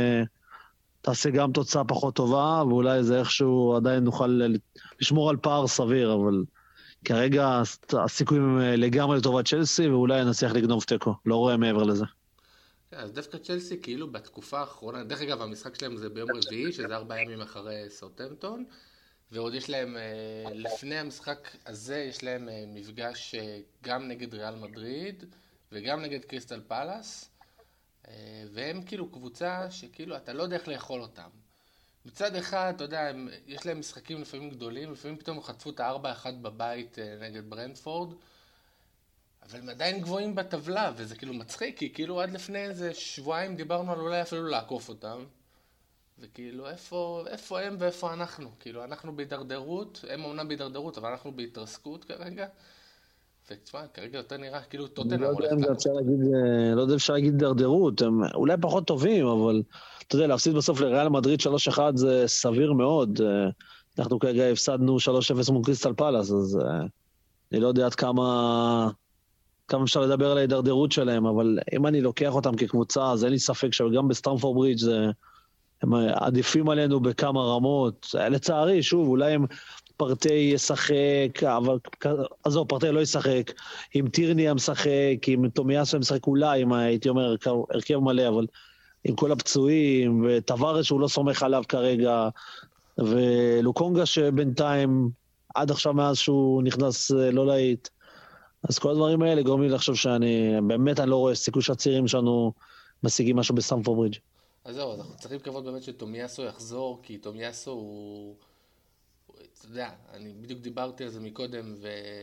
תעשה גם תוצאה פחות טובה, ואולי זה איכשהו עדיין נוכל לשמור על פער סביר, אבל כרגע הסיכויים לגמרי לטובת צ'לסי, ואולי נצליח לגנוב תיקו, לא רואה מעבר לזה. אז דווקא צ'לסי כאילו בתקופה האחרונה, דרך אגב המשחק שלהם זה ביום רביעי, שזה ארבעה ימים אחרי סאות'המפטון, ועוד יש להם, לפני המשחק הזה יש להם מפגש גם נגד ריאל מדריד, וגם נגד קריסטל פלאס, והם כאילו קבוצה שכאילו אתה לא יודע איך לאכול אותם. מצד אחד, אתה יודע, הם, יש להם משחקים לפעמים גדולים, לפעמים פתאום חטפו את הארבע אחד בבית נגד ברנטפורד, אבל הם עדיין גבוהים בטבלה, וזה כאילו מצחיק, כי כאילו עד לפני איזה שבועיים דיברנו על אולי אפילו לעקוף אותם, וכאילו איפה, איפה הם ואיפה אנחנו? כאילו אנחנו בהידרדרות, הם אומנם בהידרדרות, אבל אנחנו בהתרסקות כרגע, ותשמע, כרגע יותר נראה כאילו טוטנהאם הולך ככה. לא יודע אפשר להגיד הידרדרות, הם אולי פחות טובים, אבל אתה יודע, להפסיד בסוף לריאל מדריד שלוש אחד זה סביר מאוד. אנחנו כרגע הפסדנו שלוש אפס מול קריסטל פלאס, אז אני לא יודע עד כמה, כמה אפשר לדבר על ההידרדרות שלהם, אבל אם אני לוקח אותם כקבוצה, אז אין לי ספק שגם בסטמפורד ברידג' זה, הם עדיפים עלינו בכמה רמות. לצערי, שוב, אולי הם פרטי ישחק, אבל עזוב, פרטי לא ישחק, עם טירני משחק, עם תומיאסו משחק אולי, עם, הייתי אומר, הרכב מלא, אבל עם כל הפצועים, וטווארס שהוא לא סומך עליו כרגע, ולוקונגה שבינתיים, עד עכשיו מאז שהוא נכנס לא להיט, אז כל הדברים האלה גורמים לי לחשוב שאני, באמת אני לא רואה סיכוי שהצעירים שלנו משיגים משהו בסטמפורד ברידג'. אז זהו, אז אנחנו צריכים לקוות באמת שתומיאסו יחזור, כי תומיאסו הוא, אתה יודע, אני בדיוק דיברתי על זה מקודם,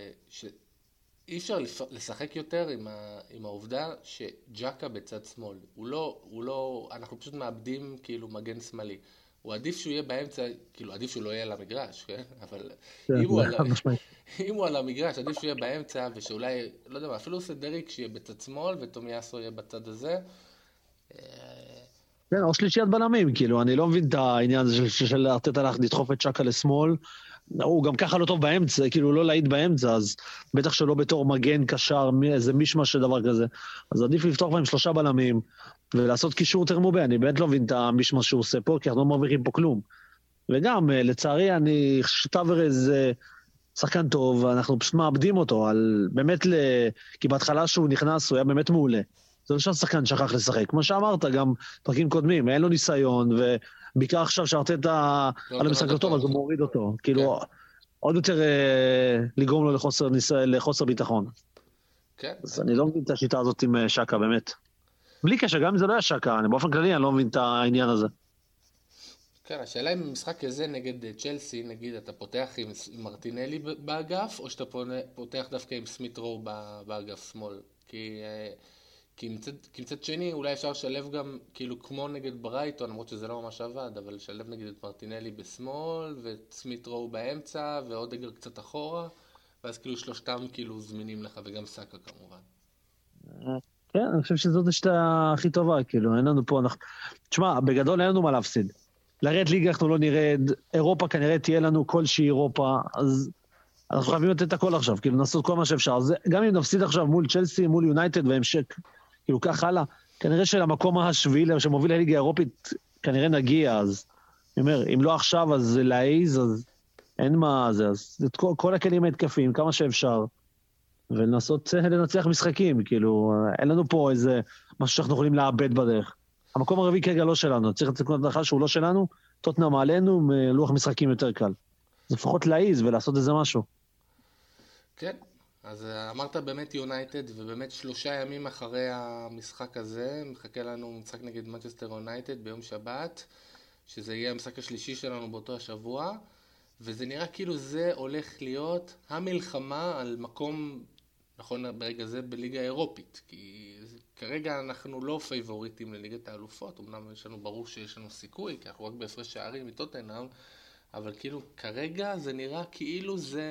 ושאי אפשר לשחק יותר עם, ה... עם העובדה שג'קה בצד שמאל. הוא לא, הוא לא, אנחנו פשוט מאבדים כאילו מגן שמאלי. הוא עדיף שהוא יהיה באמצע, כאילו עדיף שהוא לא יהיה על המגרש, כן? אבל אם הוא, על... אם הוא על המגרש, עדיף שהוא יהיה באמצע, ושאולי, לא יודע מה, אפילו עושה דריק שיהיה בצד שמאל, ותומיאסו יהיה בצד הזה. כן, או שלישיית בלמים, כאילו, אני לא מבין את העניין הזה של ארטטה הלך לדחוף את שקה לשמאל, הוא גם ככה לא טוב באמצע, כאילו לא להעיד באמצע, אז בטח שלא בתור מגן קשר, איזה מישמש דבר כזה, אז עדיף לפתוח בהם שלושה בלמים, ולעשות קישור יותר מובה, אני באמת לא מבין את המישמש שהוא עושה פה, כי אנחנו לא מרוויחים פה כלום. וגם, לצערי, אני חושב שטוורז שחקן טוב, אנחנו פשוט מאבדים אותו, על באמת, כי בהתחלה שהוא נכנס, הוא היה באמת מעולה. זה לא שהשחקן שכח לשחק. כמו שאמרת, גם פרקים קודמים, אין לו ניסיון, ובעיקר עכשיו שארטטה על המשחק הטוב, אז הוא מוריד אותו. כאילו, עוד יותר לגרום לו לחוסר ביטחון. אז אני לא מבין את השיטה הזאת עם שקה, באמת. בלי קשר, גם אם זה לא היה שקה, באופן כללי אני לא מבין את העניין הזה. כן, השאלה אם במשחק הזה נגד צ'לסי, נגיד, אתה פותח עם מרטינלי באגף, או שאתה פותח דווקא עם סמית רו באגף שמאל? כי... כי מצד, כי מצד שני, אולי אפשר לשלב גם, כאילו כמו נגד ברייטון, למרות שזה לא ממש עבד, אבל לשלב נגיד את מרטינלי בשמאל, ואת סמית רו באמצע, ואודגר קצת אחורה, ואז כאילו שלושתם כאילו זמינים לך, וגם סאקה כמובן. כן, אני חושב שזאת השיטה הכי טובה, כאילו, אין לנו פה, אנחנו... תשמע, בגדול אין לנו מה להפסיד. לרד ליגה אנחנו לא נרד, אירופה כנראה תהיה לנו כלשהי אירופה, אז אנחנו חייבים לתת את הכל עכשיו, כאילו, נעשות כל מה שאפשר. אז גם אם נפסיד עכשיו מול צ'לסי, מול יונייטד והמשך, כאילו כך הלאה, כנראה שלמקום השביעי שמוביל לליגה האירופית, כנראה נגיע, אז אני אומר, אם לא עכשיו, אז להעיז, אז אין מה זה, אז את כל, כל הכלים ההתקפים, כמה שאפשר, ולנסות לנצח משחקים, כאילו, אין לנו פה איזה משהו שאנחנו יכולים לאבד בדרך. המקום הרביעי כרגע לא שלנו, צריך לצקות לדרכה שהוא לא שלנו, טוטנהאם מעלינו, לוח משחקים יותר קל. אז לפחות להעיז ולעשות איזה משהו. כן, אז אמרת באמת יונייטד, ובאמת שלושה ימים אחרי המשחק הזה, מחכה לנו משחק נגד מנצ'סטר יונייטד ביום שבת, שזה יהיה המשחק השלישי שלנו באותו השבוע, וזה נראה כאילו זה הולך להיות המלחמה על מקום, נכון ברגע זה, בליגה האירופית, כי כרגע אנחנו לא פייבוריטים לליגת האלופות, אמנם יש לנו ברור שיש לנו סיכוי, כי אנחנו רק בהפרש שערים מטוטנהאם, אבל כאילו כרגע זה נראה כאילו זה...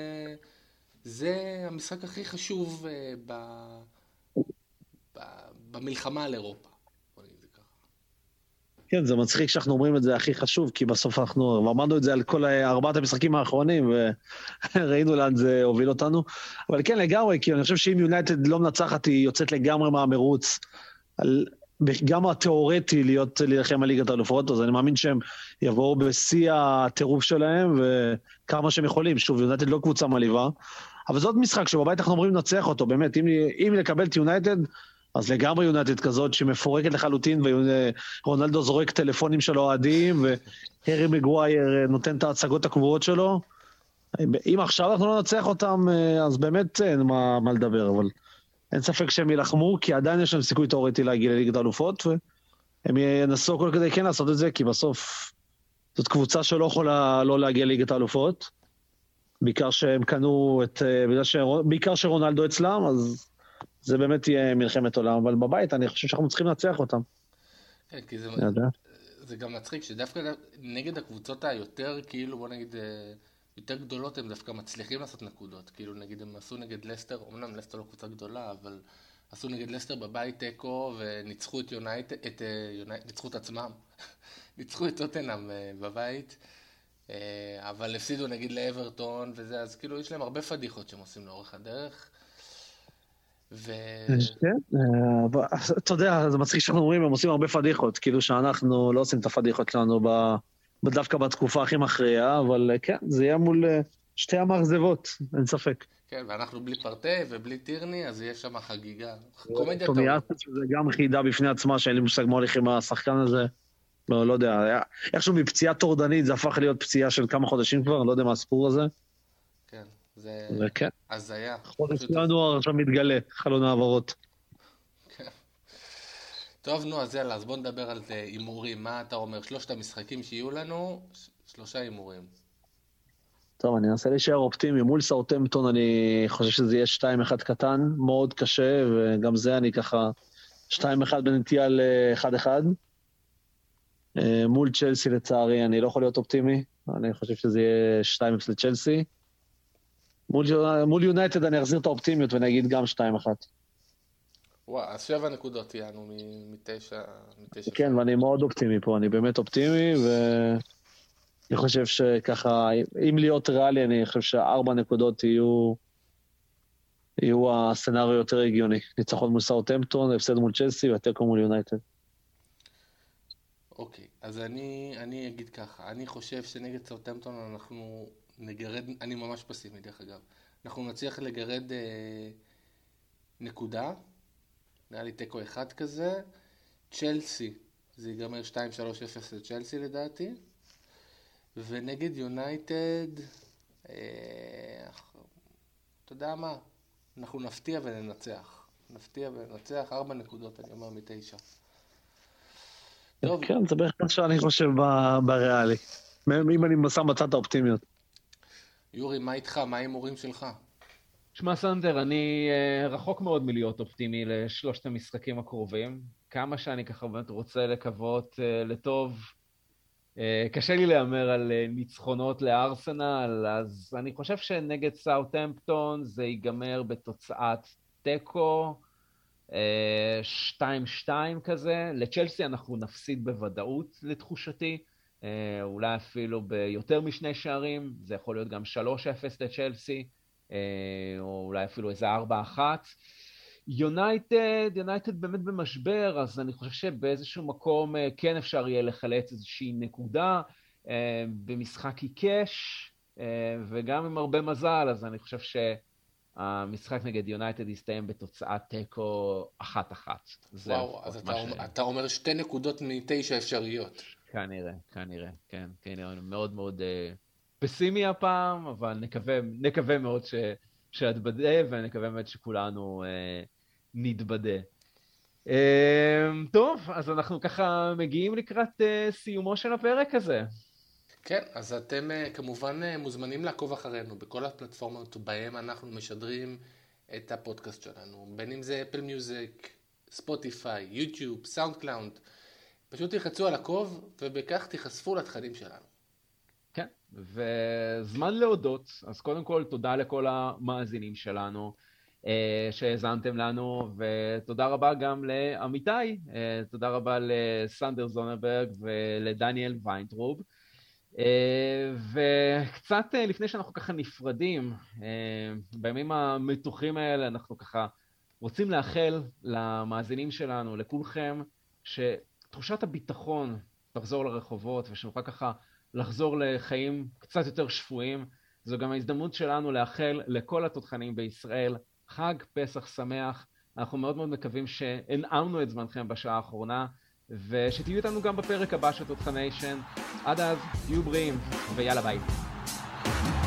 זה המשחק הכי חשוב ב... ב... במלחמה על אירופה. בוא נגיד זה ככה. כן, זה מצחיק שאנחנו אומרים את זה הכי חשוב, כי בסוף אנחנו אמרנו את זה על כל ארבעת המשחקים האחרונים, וראינו לאן זה הוביל אותנו. אבל כן, לגמרי, כי אני חושב שאם יונייטד לא מנצחת, היא יוצאת לגמרי מהמרוץ, על... גם התיאורטי להיות להילחם על ליגת האלופות, אז אני מאמין שהם יבואו בשיא הטירוף שלהם, וכמה שהם יכולים. שוב, יונייטד לא קבוצה מלאיבה, אבל זאת משחק שבבית אנחנו אומרים לנצח אותו, באמת, אם, אם לקבל את יונייטד, אז לגמרי יונייטד כזאת שמפורקת לחלוטין, ורונלדו זורק טלפונים של אוהדים, והרי מגווייר נותן את ההצגות הקבועות שלו. אם עכשיו אנחנו לא ננצח אותם, אז באמת אין מה, מה לדבר, אבל אין ספק שהם ילחמו, כי עדיין יש להם סיכוי תיאורטי להגיע לליגת האלופות, והם ינסו כל כדי כן לעשות את זה, כי בסוף זאת קבוצה שלא יכולה לא להגיע לליגת האלופות, בעיקר שהם קנו את, בעיקר שרונלדו אצלם, אז זה באמת יהיה מלחמת עולם, אבל בבית אני חושב שאנחנו צריכים לנצח אותם. כן, כי זה, זה גם מצחיק, שדווקא נגד הקבוצות היותר, כאילו בוא נגיד, יותר גדולות, הם דווקא מצליחים לעשות נקודות, כאילו נגיד הם עשו נגד לסטר, אמנם לסטר לא קבוצה גדולה, אבל עשו נגד לסטר בבית טקו, וניצחו את יונייטד, את יונייטד, ניצחו את עצמם, ניצחו את טוטנהאם בבית, אבל הפסידו נגיד לאברטון וזה, אז כאילו יש להם הרבה פדיחות שהם עושים לאורך הדרך. ו... כן, אתה יודע, זה מצחיק שאנחנו אומרים, הם עושים הרבה פדיחות, כאילו שאנחנו לא עושים את הפדיחות שלנו דווקא בתקופה הכי מכריעה, אבל כן, זה יהיה מול שתי המאכזבות, אין ספק. כן, ואנחנו בלי פרטה ובלי טירני, אז יש שם חגיגה. טומיאסה, שזה גם חידה בפני עצמה, שאין לי מושג מה הולך עם השחקן הזה. לא, לא יודע, איכשהו מפציעה טורדנית, זה הפך להיות פציעה של כמה חודשים כבר, לא יודע מה הסיפור הזה. כן, זה... וכן. אז היה. חודש ינואר עכשיו מתגלה, חלון העברות. כן. טוב, נו, אז יאללה, אז בוא נדבר על אימורים. מה אתה אומר? שלושת המשחקים שיהיו לנו, שלושה אימורים. טוב, אני אנסה להישאר אופטימי. מול סאות'המפטון אני חושב שזה יהיה שתיים אחד קטן, מאוד קשה, וגם זה אני ככה שתיים אחד בנטייה ל-אחד אחד. מול צ'לסי לצערי אני לא יכול להיות אופטימי, אני חושב שזה יהיה שתיים אפס לצ'לסי. מול, מול יונייטד אני אחזיר את האופטימיות ונגיד גם שתיים אחת. וואו, אז שבע נקודות תהיינו מתשע. כן, ואני מאוד אופטימי פה, אני באמת אופטימי, ואני חושב שככה, אם להיות ריאלי, אני חושב שארבע נקודות יהיו, יהיו הסצנריו יותר הגיוני. ניצחון מול סאות'המפטון, הפסד מול צ'לסי ותיקו מול יונייטד. אוקיי, אז אני, אני אגיד ככה, אני חושב שנגד סאות'המפטון אנחנו נגרד, אני ממש פסימי דרך אגב, אנחנו נצליח לגרד אה, נקודה, נראה לי טקו אחד כזה, צ'לסי, זה ייגמר שתיים שלוש אפס לצ'לסי לדעתי, ונגד יונייטד, אה, אתה יודע מה, אנחנו נפתיע וננצח, נפתיע וננצח, ארבע נקודות אני אומר מתשע. טוב. כן, זה בערך מה שאני חושב בריאלי. אם אני מסע מצאת האופטימיות. יורי, מה איתך? מה ההימורים שלך? שמע סנדר, אני uh, רחוק מאוד מלהיות אופטימי לשלושת המשחקים הקרובים. כמה שאני ככה באמת רוצה לקוות uh, לטוב. Uh, קשה לי לאמר על uh, ניצחונות לארסנל, אז אני חושב שנגד סאות'המפטון זה ייגמר בתוצאת טקו, שתיים שתיים כזה. לצ'לסי אנחנו נפסיד בוודאות לתחושתי, אולי אפילו ביותר משני שערים, זה יכול להיות גם שלוש אפס לצ'לסי, או אולי אפילו איזה ארבע אחת. יונייטד, יונייטד באמת במשבר, אז אני חושב שבאיזשהו מקום כן אפשר יהיה לחלץ איזושהי נקודה, במשחק עיקש, וגם עם הרבה מזל, אז אני חושב ש... המשחק נגד יונייטד יסתיים בתוצאת טקו אחת אחת. וואו, אז אתה, ש... אתה אומר שתי נקודות מתשע אפשריות. כנראה, כנראה, כן, כנראה, מאוד מאוד uh, פסימי הפעם, אבל נקווה, נקווה מאוד ש, שהתבדה, ונקווה באמת שכולנו אה, נתבדה. אה, טוב, אז אנחנו ככה מגיעים לקראת אה, סיומו של הפרק הזה. כן, אז אתם כמובן מוזמנים לעקוב אחרינו בכל הפלטפורמות בהם אנחנו משדרים את הפודקאסט שלנו, בין אם זה אפל מיוזיק, ספוטיפיי, יוטיוב, סאונד קלאוד. פשוט תלחצו על עקוב ובכך תיחשפו לתכנים שלנו. כן, וזמן להודות, אז קודם כל תודה לכל המאזינים שלנו שהאזנתם לנו, ותודה רבה גם לעמיתי, תודה רבה לסנדר זונברג ולדניאל ויינטרוב. וקצת לפני שאנחנו ככה נפרדים, בימים המתוחים האלה אנחנו ככה רוצים לאחל למאזינים שלנו, לכולכם, שתחושת הביטחון תחזור לרחובות ושנוכל ככה לחזור לחיים קצת יותר שפויים. זו גם ההזדמנות שלנו לאחל לכל התותחנים בישראל חג פסח שמח. אנחנו מאוד מאוד מקווים שהנעמנו את זמנכם בשעה האחרונה, ושתהיו איתנו גם בפרק הבא של תותחניישן. עד אז, תהיו בריאים, ויאללה ביי.